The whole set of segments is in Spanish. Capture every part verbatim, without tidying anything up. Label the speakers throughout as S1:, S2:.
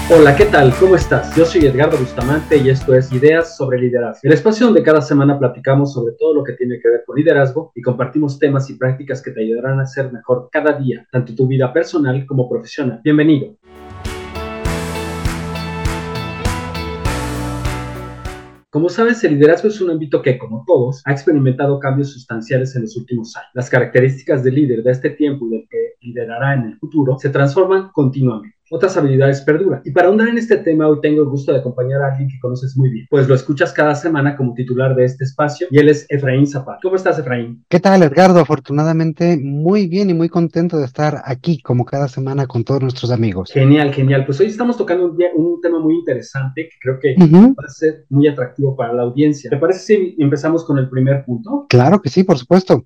S1: Hola, ¿qué tal? ¿Cómo estás? Yo soy Edgardo Bustamante y esto es Ideas sobre Liderazgo, el espacio donde cada semana platicamos sobre todo lo que tiene que ver con liderazgo y compartimos temas y prácticas que te ayudarán a ser mejor cada día, tanto tu vida personal como profesional. Bienvenido. Como sabes, el liderazgo es un ámbito que, como todos, ha experimentado cambios sustanciales en los últimos años. Las características del líder de este tiempo y del que liderará en el futuro se transforman continuamente. Otras habilidades perduran. Y para ahondar en este tema, hoy tengo el gusto de acompañar a alguien que conoces muy bien, pues lo escuchas cada semana como titular de este espacio, y él es Efraín Zapata. ¿Cómo estás, Efraín?
S2: ¿Qué tal, Edgardo? Afortunadamente, muy bien y muy contento de estar aquí como cada semana con todos nuestros amigos.
S1: Genial, genial. Pues hoy estamos tocando un, día- un tema muy interesante que creo que
S2: Ujú.
S1: va a ser muy atractivo para la audiencia. ¿Te parece si empezamos con el primer punto?
S2: Claro que sí, por supuesto.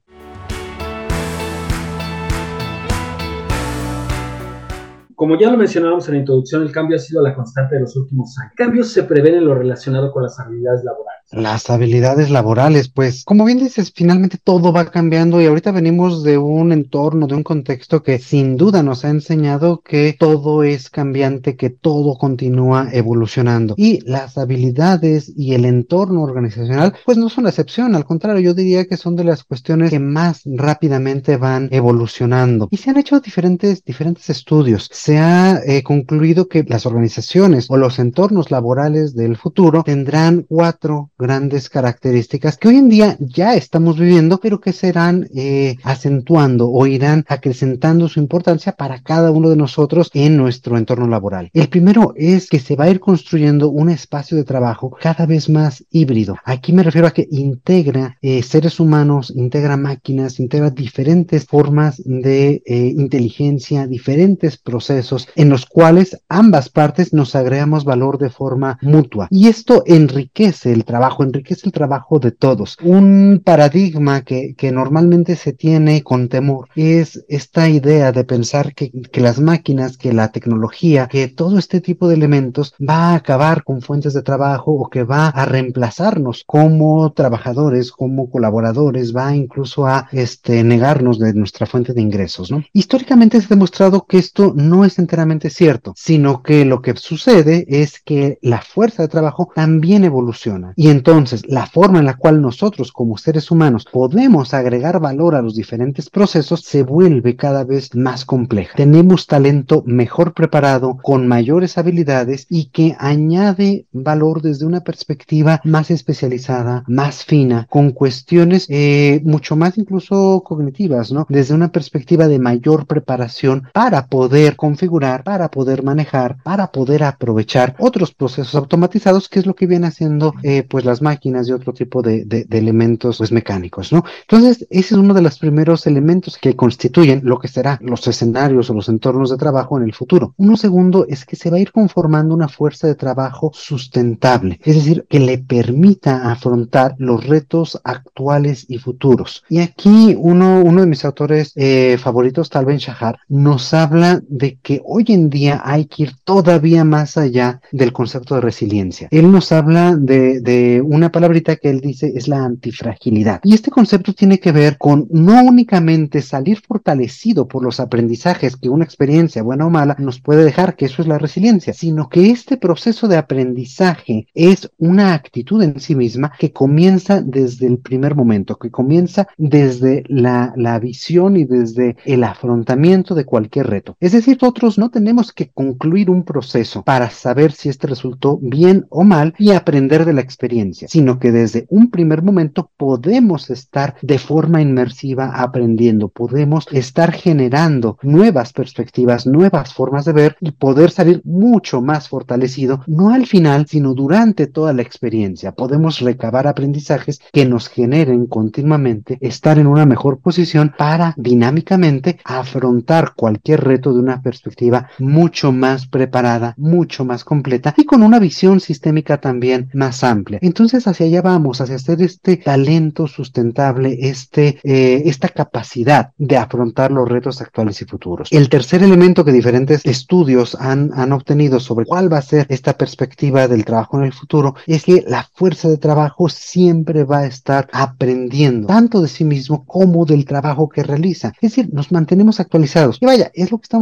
S1: Como ya lo mencionábamos en la introducción, el cambio ha sido la constante de los últimos años. Cambios se prevén en lo relacionado con las habilidades laborales.
S2: Las habilidades laborales, pues, como bien dices, finalmente todo va cambiando y ahorita venimos de un entorno, de un contexto que sin duda nos ha enseñado que todo es cambiante, que todo continúa evolucionando. Y las habilidades y el entorno organizacional, pues no son la excepción, al contrario, yo diría que son de las cuestiones que más rápidamente van evolucionando. Y se han hecho diferentes, diferentes estudios. Se ha eh, concluido que las organizaciones o los entornos laborales del futuro tendrán cuatro grandes características que hoy en día ya estamos viviendo, pero que serán eh, acentuando o irán acrecentando su importancia para cada uno de nosotros en nuestro entorno laboral. El primero es que se va a ir construyendo un espacio de trabajo cada vez más híbrido. Aquí me refiero a que integra eh, seres humanos, integra máquinas, integra diferentes formas de eh, inteligencia, diferentes procesos en los cuales ambas partes nos agregamos valor de forma mutua. Y esto enriquece el trabajo, enriquece el trabajo de todos. Un paradigma que, que normalmente se tiene con temor es esta idea de pensar que, que las máquinas, que la tecnología, que todo este tipo de elementos va a acabar con fuentes de trabajo o que va a reemplazarnos como trabajadores, como colaboradores, va incluso a este, negarnos de nuestra fuente de ingresos, ¿no? Históricamente se ha demostrado que esto no es enteramente cierto, sino que lo que sucede es que la fuerza de trabajo también evoluciona. Y entonces la forma en la cual nosotros como seres humanos podemos agregar valor a los diferentes procesos se vuelve cada vez más compleja. Tenemos talento mejor preparado, con mayores habilidades y que añade valor desde una perspectiva más especializada, más fina, con cuestiones eh, mucho más incluso cognitivas, ¿no? Desde una perspectiva de mayor preparación para poder configurar, para poder manejar, para poder aprovechar otros procesos automatizados, que es lo que viene haciendo eh, pues las máquinas y otro tipo de, de, de elementos pues mecánicos, ¿no? Entonces, ese es uno de los primeros elementos que constituyen lo que será los escenarios o los entornos de trabajo en el futuro. Uno segundo es que se va a ir conformando una fuerza de trabajo sustentable, es decir, que le permita afrontar los retos actuales y futuros. Y aquí uno, uno de mis autores eh, favoritos, Tal Ben-Shahar, nos habla de que hoy en día hay que ir todavía más allá del concepto de resiliencia. Él nos habla de, de una palabrita que él dice es la antifragilidad. Y este concepto tiene que ver con no únicamente salir fortalecido por los aprendizajes que una experiencia, buena o mala, nos puede dejar, que eso es la resiliencia, sino que este proceso de aprendizaje es una actitud en sí misma que comienza desde el primer momento, que comienza desde la, la visión y desde el afrontamiento de cualquier reto. Es decir, nosotros no tenemos que concluir un proceso para saber si este resultó bien o mal y aprender de la experiencia, sino que desde un primer momento podemos estar de forma inmersiva aprendiendo, podemos estar generando nuevas perspectivas, nuevas formas de ver y poder salir mucho más fortalecido, no al final, sino durante toda la experiencia. Podemos recabar aprendizajes que nos generen continuamente estar en una mejor posición para dinámicamente afrontar cualquier reto de una perspectiva mucho más preparada, mucho más completa y con una visión sistémica también más amplia. Entonces hacia allá vamos, hacia hacer este talento sustentable, este, eh, esta capacidad de afrontar los retos actuales y futuros. El tercer elemento que diferentes estudios han, han obtenido sobre cuál va a ser esta perspectiva del trabajo en el futuro es que la fuerza de trabajo siempre va a estar aprendiendo tanto de sí mismo como del trabajo que realiza. Es decir, nos mantenemos actualizados. Y vaya, es lo que estamos haciendo en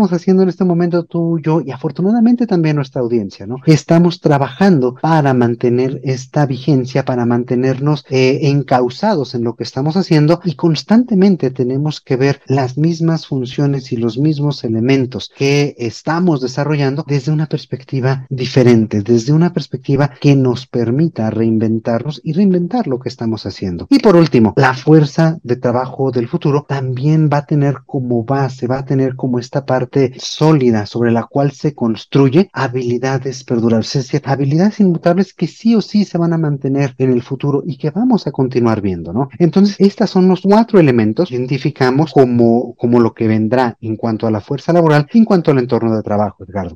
S2: este momento tú, yo y afortunadamente también nuestra audiencia, ¿no? Estamos trabajando para mantener esta vigencia, para mantenernos eh, encausados en lo que estamos haciendo y constantemente tenemos que ver las mismas funciones y los mismos elementos que estamos desarrollando desde una perspectiva diferente, desde una perspectiva que nos permita reinventarnos y reinventar lo que estamos haciendo. Y por último, la fuerza de trabajo del futuro también va a tener como base, va a tener como esta parte sólida sobre la cual se construye habilidades perdurables, es decir, habilidades inmutables que sí o sí se van a mantener en el futuro y que vamos a continuar viendo, ¿no? Entonces, estos son los cuatro elementos que identificamos como, como lo que vendrá en cuanto a la fuerza laboral y en cuanto al entorno de trabajo, Edgardo.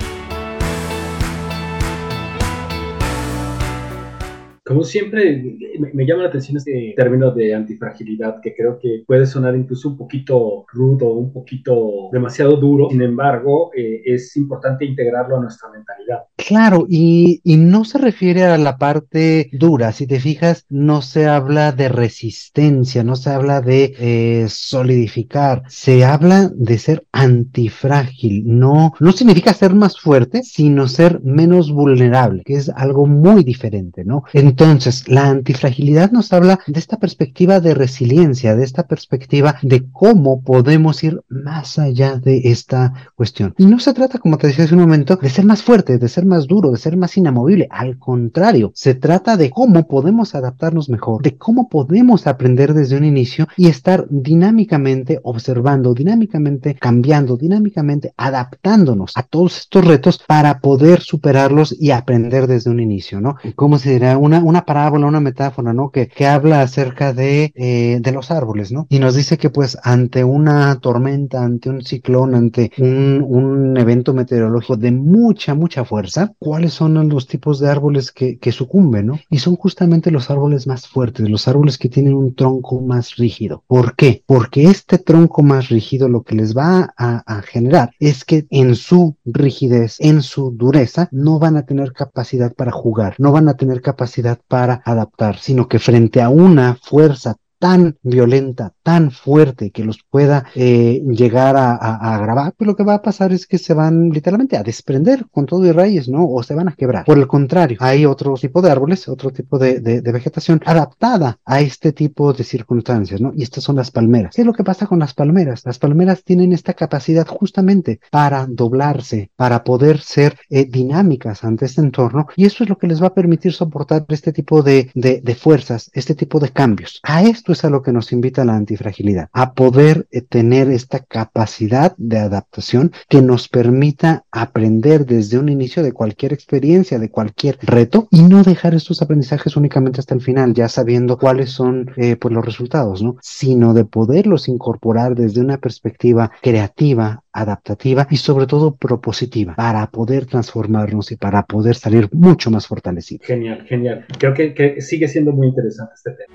S1: Como siempre, me, me llama la atención este término de antifragilidad, que creo que puede sonar incluso un poquito rudo, un poquito demasiado duro. Sin embargo, eh, es importante integrarlo a nuestra mentalidad.
S2: Claro, y, y no se refiere a la parte dura. Si te fijas, no se habla de resistencia, no se habla de eh, solidificar, se habla de ser antifrágil. No, no significa ser más fuerte, sino ser menos vulnerable, que es algo muy diferente, ¿no? Entonces, la antifragilidad nos habla de esta perspectiva de resiliencia, de esta perspectiva de cómo podemos ir más allá de esta cuestión. Y no se trata, como te decía hace un momento, de ser más fuerte, de ser más duro, de ser más inamovible. Al contrario, se trata de cómo podemos adaptarnos mejor, de cómo podemos aprender desde un inicio y estar dinámicamente observando, dinámicamente cambiando, dinámicamente adaptándonos a todos estos retos para poder superarlos y aprender desde un inicio, ¿no? ¿Cómo se dirá? Una, una parábola, una metáfora, ¿no? Que, que habla acerca de, eh, de los árboles, ¿no? Y nos dice que pues ante una tormenta, ante un ciclón, ante un, un evento meteorológico de mucha, mucha fuerza, ¿cuáles son los tipos de árboles que, que sucumben, ¿no? Y son justamente los árboles más fuertes, los árboles que tienen un tronco más rígido. ¿Por qué? Porque este tronco más rígido lo que les va a, a generar es que en su rigidez, en su dureza, no van a tener capacidad para jugar, no van a tener capacidad para adaptar, sino que frente a una fuerza tan violenta, tan fuerte que los pueda eh, llegar a, a, a agravar, pues lo que va a pasar es que se van literalmente a desprender con todo y raíz, ¿no? O se van a quebrar. Por el contrario, hay otro tipo de árboles, otro tipo de, de, de vegetación adaptada a este tipo de circunstancias, ¿no? Y estas son las palmeras. ¿Qué es lo que pasa con las palmeras? Las palmeras tienen esta capacidad justamente para doblarse, para poder ser eh, dinámicas ante este entorno, y eso es lo que les va a permitir soportar este tipo de, de, de fuerzas, este tipo de cambios. A esto es a lo que nos invita la antifragilidad, a poder eh, tener esta capacidad de adaptación que nos permita aprender desde un inicio de cualquier experiencia, de cualquier reto, y no dejar estos aprendizajes únicamente hasta el final, ya sabiendo cuáles son eh, pues los resultados, ¿no? Sino de poderlos incorporar desde una perspectiva creativa, adaptativa y sobre todo propositiva para poder transformarnos y para poder salir mucho más fortalecidos.
S1: Genial, genial. Creo que, que sigue siendo muy interesante este tema.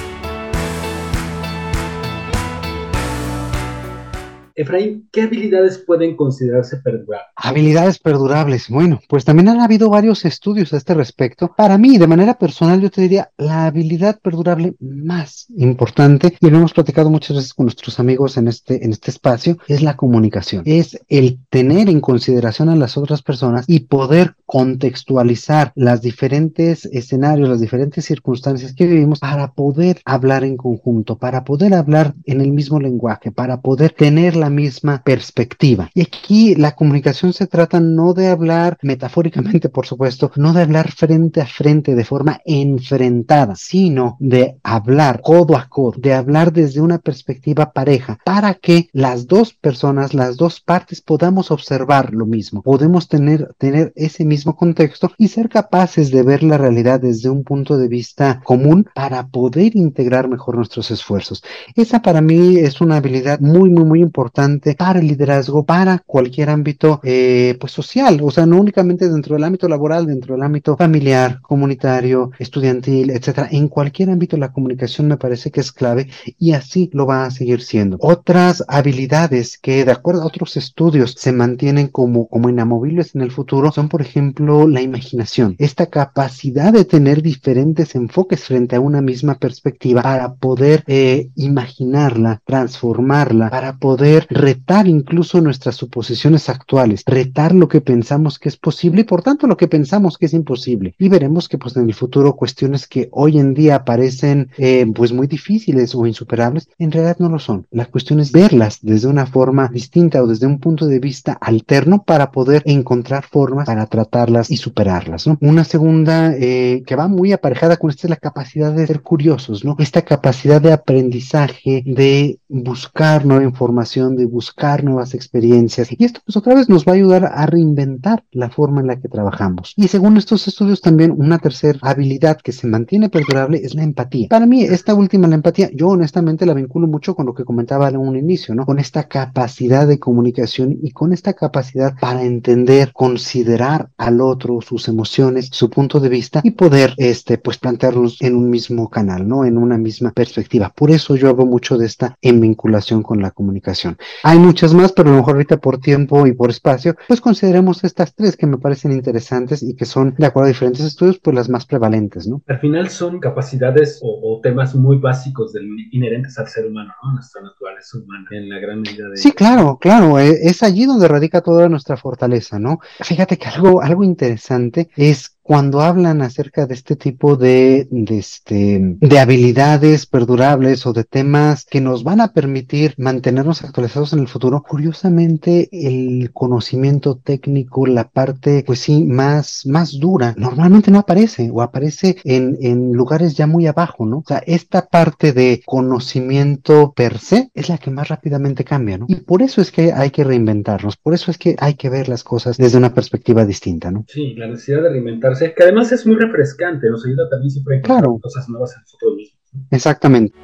S1: Efraín, ¿qué habilidades pueden considerarse perdurables?
S2: Habilidades perdurables. Bueno, pues también han habido varios estudios a este respecto. Para mí, de manera personal, yo te diría, la habilidad perdurable más importante, y lo hemos platicado muchas veces con nuestros amigos en este, en este espacio, es la comunicación. Es el tener en consideración a las otras personas y poder contextualizar los diferentes escenarios, las diferentes circunstancias que vivimos para poder hablar en conjunto, para poder hablar en el mismo lenguaje, para poder tener la misma perspectiva. Y aquí la comunicación se trata no de hablar metafóricamente, por supuesto, no de hablar frente a frente de forma enfrentada, sino de hablar codo a codo, de hablar desde una perspectiva pareja, para que las dos personas, las dos partes podamos observar lo mismo, podemos tener, tener ese mismo contexto y ser capaces de ver la realidad desde un punto de vista común para poder integrar mejor nuestros esfuerzos. Esa para mí es una habilidad muy, muy, muy importante para el liderazgo, para cualquier ámbito eh, pues social, o sea, no únicamente dentro del ámbito laboral, dentro del ámbito familiar, comunitario, estudiantil, etcétera. En cualquier ámbito la comunicación me parece que es clave y así lo va a seguir siendo. Otras habilidades que de acuerdo a otros estudios se mantienen como, como inamovibles en el futuro son, por ejemplo, la imaginación, esta capacidad de tener diferentes enfoques frente a una misma perspectiva para poder eh, imaginarla, transformarla, para poder poder retar incluso nuestras suposiciones actuales, retar lo que pensamos que es posible y por tanto lo que pensamos que es imposible. Y veremos que pues en el futuro cuestiones que hoy en día parecen eh, pues muy difíciles o insuperables, en realidad no lo son. La cuestión es verlas desde una forma distinta o desde un punto de vista alterno para poder encontrar formas para tratarlas y superarlas, ¿no? Una segunda eh, que va muy aparejada con esta es la capacidad de ser curiosos, ¿no? Esta capacidad de aprendizaje, de buscar nueva información, de buscar nuevas experiencias. Y esto pues otra vez nos va a ayudar a reinventar la forma en la que trabajamos. Y según estos estudios también una tercera habilidad que se mantiene perdurable es la empatía. Para mí esta última, la empatía, yo honestamente la vinculo mucho con lo que comentaba en un inicio, ¿no? Con esta capacidad de comunicación y con esta capacidad para entender, considerar al otro, sus emociones, su punto de vista y poder, este, pues plantearlos en un mismo canal, ¿no? En una misma perspectiva. Por eso yo hablo mucho de esta en vinculación con la comunicación. Hay muchas más, pero a lo mejor ahorita por tiempo y por espacio, pues consideremos estas tres que me parecen interesantes y que son, de acuerdo a diferentes estudios, pues las más prevalentes, ¿no?
S1: Al final son capacidades o, o temas muy básicos del, inherentes al ser humano, ¿no? Nuestra naturaleza humana, en la gran medida de...
S2: Sí, claro, claro, eh, es allí donde radica toda nuestra fortaleza, ¿no? Fíjate que algo, algo interesante es cuando hablan acerca de este tipo de, de, este, de habilidades perdurables o de temas que nos van a permitir mantenernos actualizados en el futuro, curiosamente el conocimiento técnico, la parte, pues sí, más, más dura, normalmente no aparece o aparece en, en lugares ya muy abajo, ¿no? O sea, esta parte de conocimiento per se es la que más rápidamente cambia, ¿no? Y por eso es que hay que reinventarnos, por eso es que hay que ver las cosas desde una perspectiva distinta, ¿no?
S1: Sí, la necesidad de reinventarse, que además es muy refrescante, nos ayuda también siempre a encontrar
S2: Claro,
S1: cosas nuevas en nosotros mismos, ¿no?
S2: exactamente.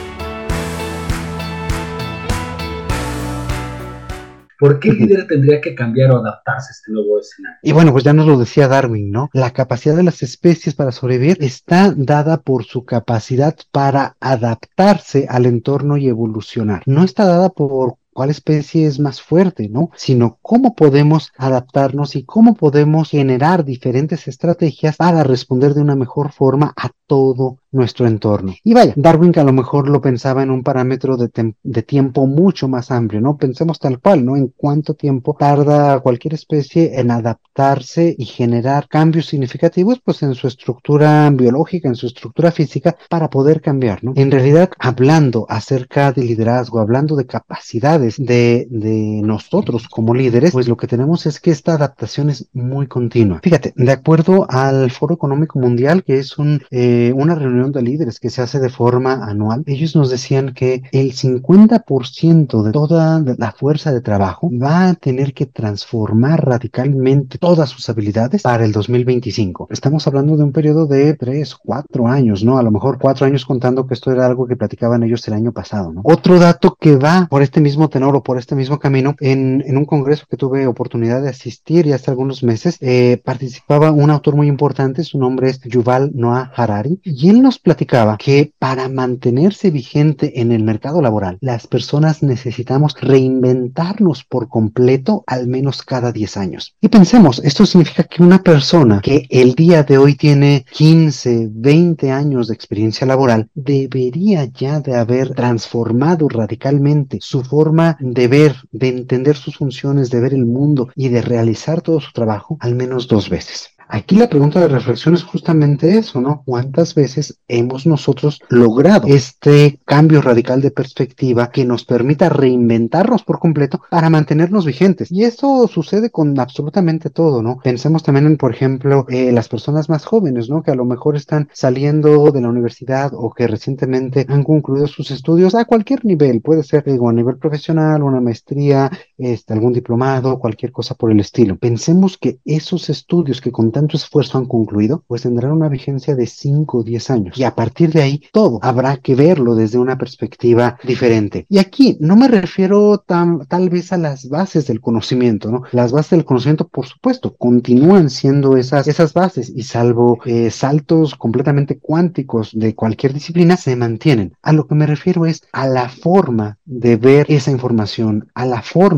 S1: ¿Por qué el líder tendría que cambiar o adaptarse a este nuevo escenario?
S2: Y bueno, pues ya nos lo decía Darwin, ¿no? La capacidad de las especies para sobrevivir está dada por su capacidad para adaptarse al entorno y evolucionar. No está dada por cuál especie es más fuerte, ¿no? Sino cómo podemos adaptarnos y cómo podemos generar diferentes estrategias para responder de una mejor forma a todo nuestro entorno. Y vaya, Darwin que a lo mejor lo pensaba en un parámetro de, de tiempo mucho más amplio, ¿no? Pensemos tal cual, ¿no? En cuánto tiempo tarda cualquier especie en adaptarse y generar cambios significativos, pues en su estructura biológica, en su estructura física, para poder cambiar, ¿no? En realidad, hablando acerca de liderazgo, hablando de capacidades de, de nosotros como líderes, pues lo que tenemos es que esta adaptación es muy continua. Fíjate, de acuerdo al Foro Económico Mundial, que es un, eh, una reunión de líderes que se hace de forma anual, ellos nos decían que el cincuenta por ciento de toda la fuerza de trabajo va a tener que transformar radicalmente todas sus habilidades para el dos mil veinticinco. Estamos hablando de un periodo de tres, cuatro años, ¿no? A lo mejor cuatro años contando que esto era algo que platicaban ellos el año pasado, ¿no? Otro dato que va por este mismo tenor o por este mismo camino, en, en un congreso que tuve oportunidad de asistir ya hace algunos meses, eh, participaba un autor muy importante, su nombre es Yuval Noah Harari, y él nos platicaba que para mantenerse vigente en el mercado laboral, las personas necesitamos reinventarnos por completo al menos cada diez años. Y pensemos, esto significa que una persona que el día de hoy tiene quince, veinte años de experiencia laboral, debería ya de haber transformado radicalmente su forma de ver, de entender sus funciones, de ver el mundo y de realizar todo su trabajo al menos dos veces. Aquí la pregunta de reflexión es justamente eso, ¿no? ¿Cuántas veces hemos nosotros logrado este cambio radical de perspectiva que nos permita reinventarnos por completo para mantenernos vigentes? Y esto sucede con absolutamente todo, ¿no? Pensemos también en, por ejemplo, eh, las personas más jóvenes, ¿no? Que a lo mejor están saliendo de la universidad o que recientemente han concluido sus estudios a cualquier nivel. Puede ser, digo, a nivel profesional, una maestría, este, algún diplomado, cualquier cosa por el estilo. Pensemos que esos estudios que con tanto esfuerzo han concluido, pues tendrán una vigencia de cinco o diez años. Y a partir de ahí, todo habrá que verlo desde una perspectiva diferente. Y aquí no me refiero tan, tal vez a las bases del conocimiento, ¿no? Las bases del conocimiento, por supuesto, continúan siendo esas, esas bases y salvo eh, saltos completamente cuánticos de cualquier disciplina, se mantienen. A lo que me refiero es a la forma de ver esa información, a la forma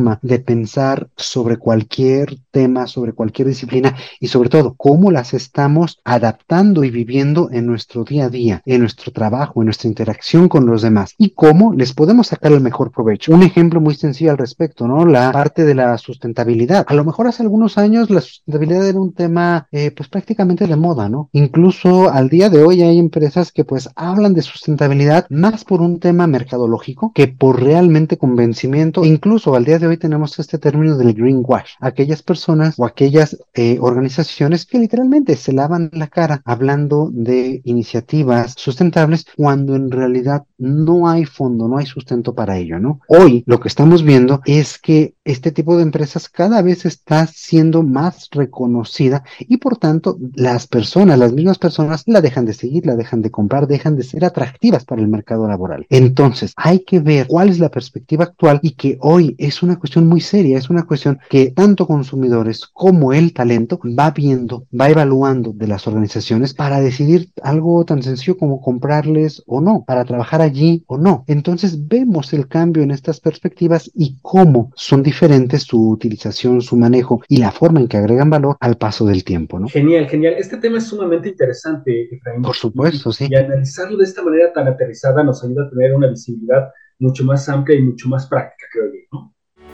S2: forma de pensar sobre cualquier tema, sobre cualquier disciplina y sobre todo cómo las estamos adaptando y viviendo en nuestro día a día, en nuestro trabajo, en nuestra interacción con los demás y cómo les podemos sacar el mejor provecho. Un ejemplo muy sencillo al respecto, ¿no? La parte de la sustentabilidad. A lo mejor hace algunos años la sustentabilidad era un tema eh, pues prácticamente de moda, ¿no? Incluso al día de hoy hay empresas que pues hablan de sustentabilidad más por un tema mercadológico que por realmente convencimiento. E incluso al día de hoy tenemos este término del greenwash, aquellas personas o aquellas eh, organizaciones que literalmente se lavan la cara hablando de iniciativas sustentables cuando en realidad no hay fondo, no hay sustento para ello, ¿no? Hoy lo que estamos viendo es que este tipo de empresas cada vez está siendo más reconocida y por tanto las personas, las mismas personas la dejan de seguir, la dejan de comprar, dejan de ser atractivas para el mercado laboral. Entonces hay que ver cuál es la perspectiva actual y que hoy es una cuestión muy seria, es una cuestión que tanto consumidores como el talento va viendo, va evaluando de las organizaciones para decidir algo tan sencillo como comprarles o no, para trabajar allí o no. Entonces vemos el cambio en estas perspectivas y cómo son diferentes su utilización, su manejo y la forma en que agregan valor al paso del tiempo, ¿no?
S1: Genial, genial. Este tema es sumamente interesante, Efraín.
S2: Por supuesto,
S1: y,
S2: sí.
S1: Y analizarlo de esta manera tan aterrizada nos ayuda a tener una visibilidad mucho más amplia y mucho más práctica, creo yo, ¿no?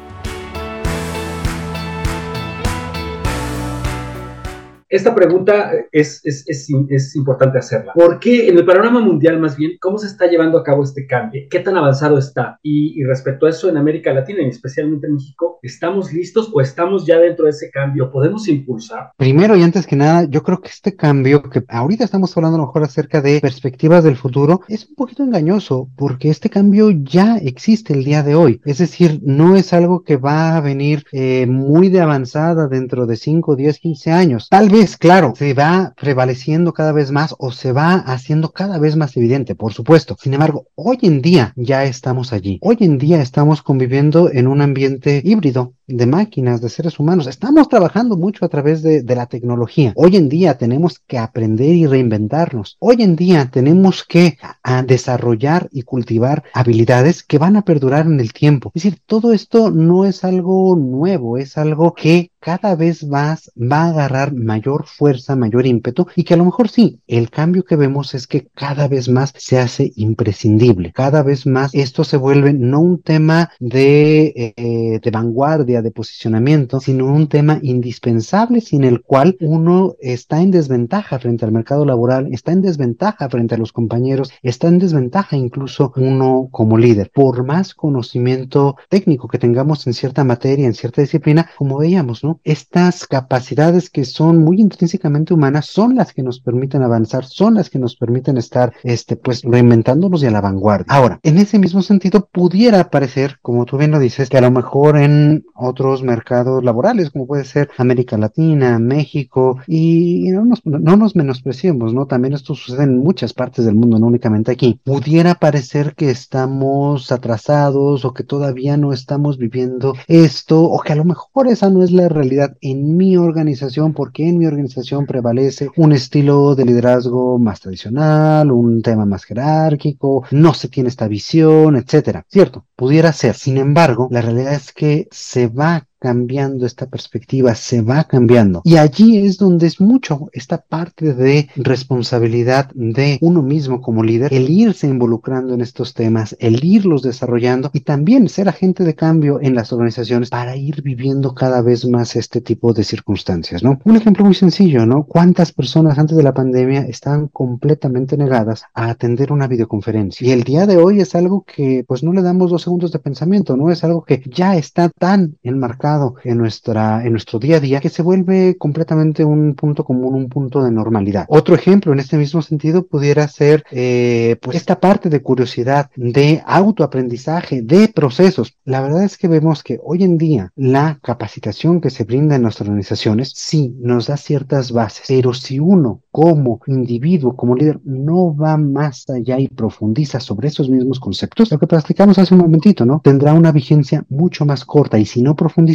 S1: Esta pregunta es, es, es, es importante hacerla. ¿Por qué en el panorama mundial, más bien, cómo se está llevando a cabo este cambio? ¿Qué tan avanzado está? Y, y respecto a eso, en América Latina y especialmente en México, ¿estamos listos o estamos ya dentro de ese cambio? ¿Podemos impulsar?
S2: Primero y antes que nada, yo creo que este cambio, que ahorita estamos hablando a lo mejor acerca de perspectivas del futuro, es un poquito engañoso porque este cambio ya existe el día de hoy. Es decir, no es algo que va a venir eh, muy de avanzada dentro de cinco, diez, quince años. Tal vez claro, se va prevaleciendo cada vez más o se va haciendo cada vez más evidente, por supuesto. Sin embargo, hoy en día ya estamos allí. Hoy en día estamos conviviendo en un ambiente híbrido de máquinas, de seres humanos. Estamos trabajando mucho a través de, de la tecnología. Hoy en día tenemos que aprender y reinventarnos. Hoy en día tenemos que a, desarrollar y cultivar habilidades que van a perdurar en el tiempo. Es decir, todo esto no es algo nuevo, es algo que cada vez más va a agarrar mayor fuerza, mayor ímpetu y que a lo mejor sí, el cambio que vemos es que cada vez más se hace imprescindible. Cada vez más esto se vuelve no un tema de, eh, de vanguardia, de posicionamiento, sino un tema indispensable sin el cual uno está en desventaja frente al mercado laboral, está en desventaja frente a los compañeros, está en desventaja incluso uno como líder. Por más conocimiento técnico que tengamos en cierta materia, en cierta disciplina, como veíamos, ¿no? Estas capacidades que son muy intrínsecamente humanas son las que nos permiten avanzar, son las que nos permiten estar, este, pues, reinventándonos y a la vanguardia. Ahora, en ese mismo sentido, pudiera parecer, como tú bien lo dices, que a lo mejor en otros mercados laborales, como puede ser América Latina, México, y no nos, no nos menospreciemos, ¿no? También esto sucede en muchas partes del mundo, no únicamente aquí. Pudiera parecer que estamos atrasados o que todavía no estamos viviendo esto, o que a lo mejor esa no es la realidad en mi organización, porque en mi organización prevalece un estilo de liderazgo más tradicional, un tema más jerárquico, no se tiene esta visión, etcétera. Cierto, pudiera ser. Sin embargo, la realidad es que se va cambiando esta perspectiva, se va cambiando. Y allí es donde es mucho esta parte de responsabilidad de uno mismo como líder, el irse involucrando en estos temas, el irlos desarrollando y también ser agente de cambio en las organizaciones para ir viviendo cada vez más este tipo de circunstancias, ¿no? Un ejemplo muy sencillo, ¿no? ¿Cuántas personas antes de la pandemia estaban completamente negadas a atender una videoconferencia? Y el día de hoy es algo que pues no le damos dos segundos de pensamiento, ¿no? Es algo que ya está tan enmarcado en nuestra, en nuestro día a día que se vuelve completamente un punto común, un punto de normalidad. Otro ejemplo en este mismo sentido pudiera ser eh, pues esta parte de curiosidad, de autoaprendizaje, de procesos. La verdad es que vemos que hoy en día la capacitación que se brinda en nuestras organizaciones sí nos da ciertas bases, pero si uno como individuo, como líder, no va más allá y profundiza sobre esos mismos conceptos, lo que platicamos hace un momentito, ¿no? Tendrá una vigencia mucho más corta y si no profundiza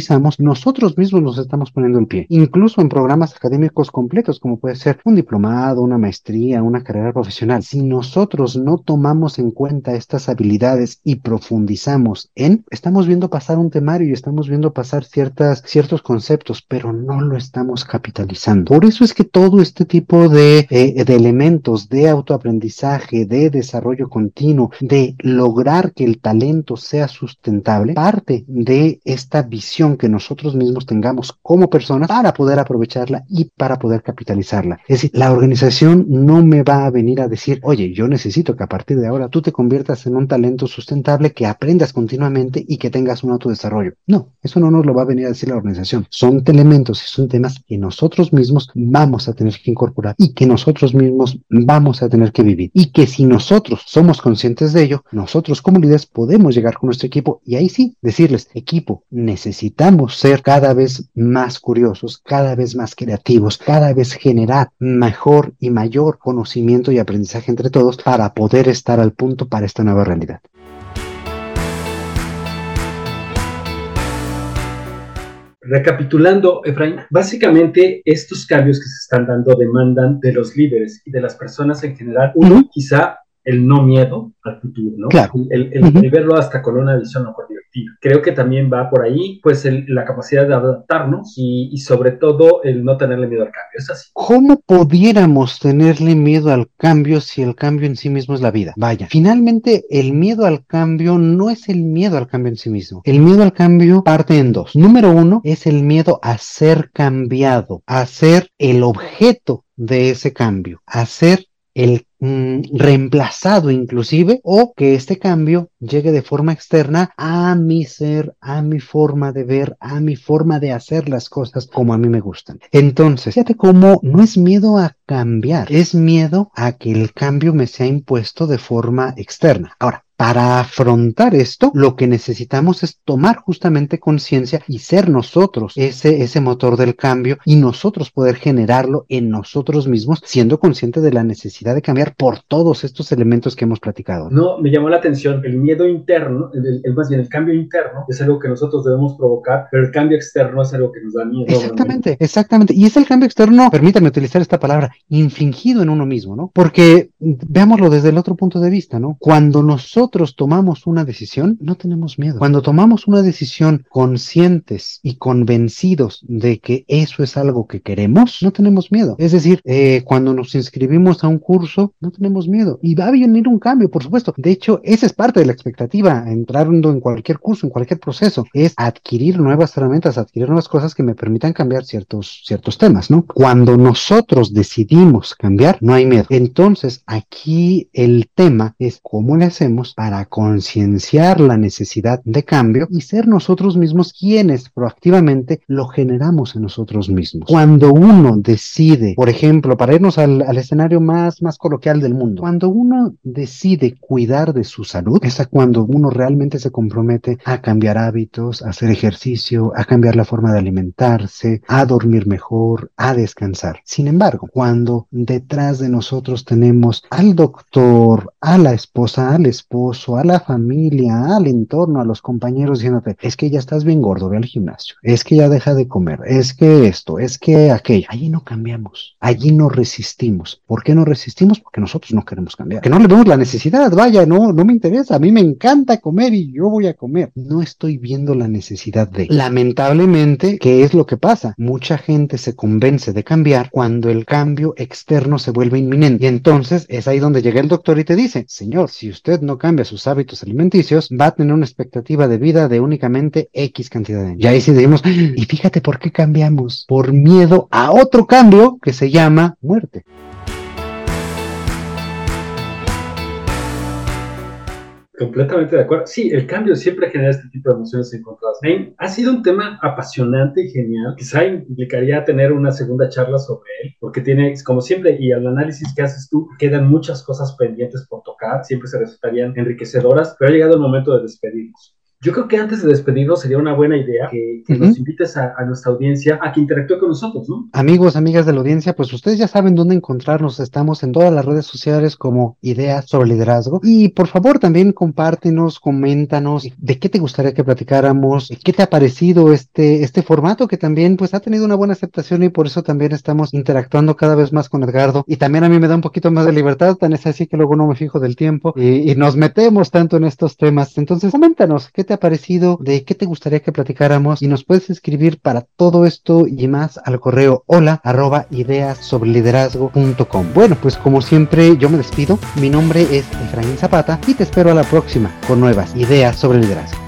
S2: profundizamos, nosotros mismos nos estamos poniendo el pie. Incluso en programas académicos completos, como puede ser un diplomado, una maestría, una carrera profesional. Si nosotros no tomamos en cuenta estas habilidades y profundizamos en, estamos viendo pasar un temario y estamos viendo pasar ciertas, ciertos conceptos, pero no lo estamos capitalizando. Por eso es que todo este tipo de, eh, de elementos de autoaprendizaje, de desarrollo continuo, de lograr que el talento sea sustentable, parte de esta visión que nosotros mismos tengamos como personas para poder aprovecharla y para poder capitalizarla. Es decir, la organización no me va a venir a decir, oye, yo necesito que a partir de ahora tú te conviertas en un talento sustentable, que aprendas continuamente y que tengas un autodesarrollo. No, eso no nos lo va a venir a decir la organización. Son elementos y son temas que nosotros mismos vamos a tener que incorporar y que nosotros mismos vamos a tener que vivir. Y que si nosotros somos conscientes de ello, nosotros como líderes podemos llegar con nuestro equipo y ahí sí decirles, equipo, necesitamos ser cada vez más curiosos, cada vez más creativos, cada vez generar mejor y mayor conocimiento y aprendizaje entre todos para poder estar al punto para esta nueva realidad.
S1: Recapitulando, Efraín, básicamente estos cambios que se están dando demandan de los líderes y de las personas en general, uno, uh-huh. quizá el no miedo al futuro, ¿no?
S2: Claro.
S1: El, el, uh-huh. el verlo hasta con una visión mejor divertida. Creo que también va por ahí, pues, el, la capacidad de adaptarnos y, y sobre todo el no tenerle miedo al cambio. ¿Es así?
S2: ¿Cómo pudiéramos tenerle miedo al cambio si el cambio en sí mismo es la vida? Vaya, finalmente el miedo al cambio no es el miedo al cambio en sí mismo. El miedo al cambio parte en dos. Número uno es el miedo a ser cambiado, a ser el objeto de ese cambio, a ser el mm, reemplazado inclusive, o que este cambio llegue de forma externa a mi ser, a mi forma de ver, a mi forma de hacer las cosas como a mí me gustan. Entonces, fíjate cómo no es miedo a cambiar, es miedo a que el cambio me sea impuesto de forma externa. Ahora, para afrontar esto, lo que necesitamos es tomar justamente conciencia y ser nosotros ese, ese motor del cambio y nosotros poder generarlo en nosotros mismos, siendo conscientes de la necesidad de cambiar por todos estos elementos que hemos platicado.
S1: No, me llamó la atención el miedo interno, el, el, más bien el cambio interno es algo que nosotros debemos provocar, pero el cambio externo es algo que nos da miedo.
S2: Exactamente, ¿no? exactamente. Y es el cambio externo, permítame utilizar esta palabra, infligido en uno mismo, ¿no? Porque veámoslo desde el otro punto de vista, ¿no? Cuando nosotros Nosotros tomamos una decisión, no tenemos miedo. Cuando tomamos una decisión conscientes y convencidos de que eso es algo que queremos, no tenemos miedo. Es decir, eh, cuando nos inscribimos a un curso, no tenemos miedo. Y va a venir un cambio, por supuesto. De hecho, esa es parte de la expectativa, entrando en cualquier curso, en cualquier proceso, es adquirir nuevas herramientas, adquirir nuevas cosas que me permitan cambiar ciertos, ciertos temas, ¿no? Cuando nosotros decidimos cambiar, no hay miedo. Entonces, aquí el tema es cómo le hacemos para concienciar la necesidad de cambio y ser nosotros mismos quienes proactivamente lo generamos en nosotros mismos. Cuando uno decide, por ejemplo, para irnos al, al escenario más, más coloquial del mundo, cuando uno decide cuidar de su salud, es a cuando uno realmente se compromete a cambiar hábitos, a hacer ejercicio, a cambiar la forma de alimentarse, a dormir mejor, a descansar. Sin embargo, cuando detrás de nosotros tenemos al doctor, a la esposa, al esposo, a la familia, al entorno, a los compañeros diciéndote, es que ya estás bien gordo, ve al gimnasio, es que ya deja de comer, es que esto, es que aquello. Allí no cambiamos, allí no resistimos. ¿Por qué no resistimos? Porque nosotros no queremos cambiar, que no le vemos la necesidad, vaya, no, no me interesa, a mí me encanta comer y yo voy a comer. No estoy viendo la necesidad de. Lamentablemente, ¿qué es lo que pasa? Mucha gente se convence de cambiar cuando el cambio externo se vuelve inminente y entonces es ahí donde llega el doctor y te dice, señor, si usted no cambia sus hábitos alimenticios, va a tener una expectativa de vida de únicamente X cantidad de años. Y ahí sí decimos, y fíjate por qué cambiamos, por miedo a otro cambio que se llama muerte.
S1: Completamente de acuerdo. Sí, el cambio siempre genera este tipo de emociones encontradas. Naim, ha sido un tema apasionante y genial. Quizá implicaría tener una segunda charla sobre él, porque tiene, como siempre, y al análisis que haces tú, quedan muchas cosas pendientes por tocar, siempre se resultarían enriquecedoras, pero ha llegado el momento de despedirnos. Yo creo que antes de despedirnos sería una buena idea que, que uh-huh. nos invites a, a nuestra audiencia a que interactúe con nosotros, ¿no?
S2: Amigos, amigas de la audiencia, pues ustedes ya saben dónde encontrarnos. Estamos en todas las redes sociales como Ideas sobre Liderazgo. Y por favor también compártenos, coméntanos de qué te gustaría que platicáramos, qué te ha parecido este, este formato que también pues ha tenido una buena aceptación y por eso también estamos interactuando cada vez más con Edgardo. Y también a mí me da un poquito más de libertad, tan es así que luego no me fijo del tiempo y, y nos metemos tanto en estos temas. Entonces coméntanos qué te ha parecido, de qué te gustaría que platicáramos y nos puedes escribir para todo esto y más al correo hola arroba ideas sobre liderazgo punto com. Bueno, pues como siempre yo me despido. Mi nombre es Efraín Zapata y te espero a la próxima con nuevas ideas sobre liderazgo.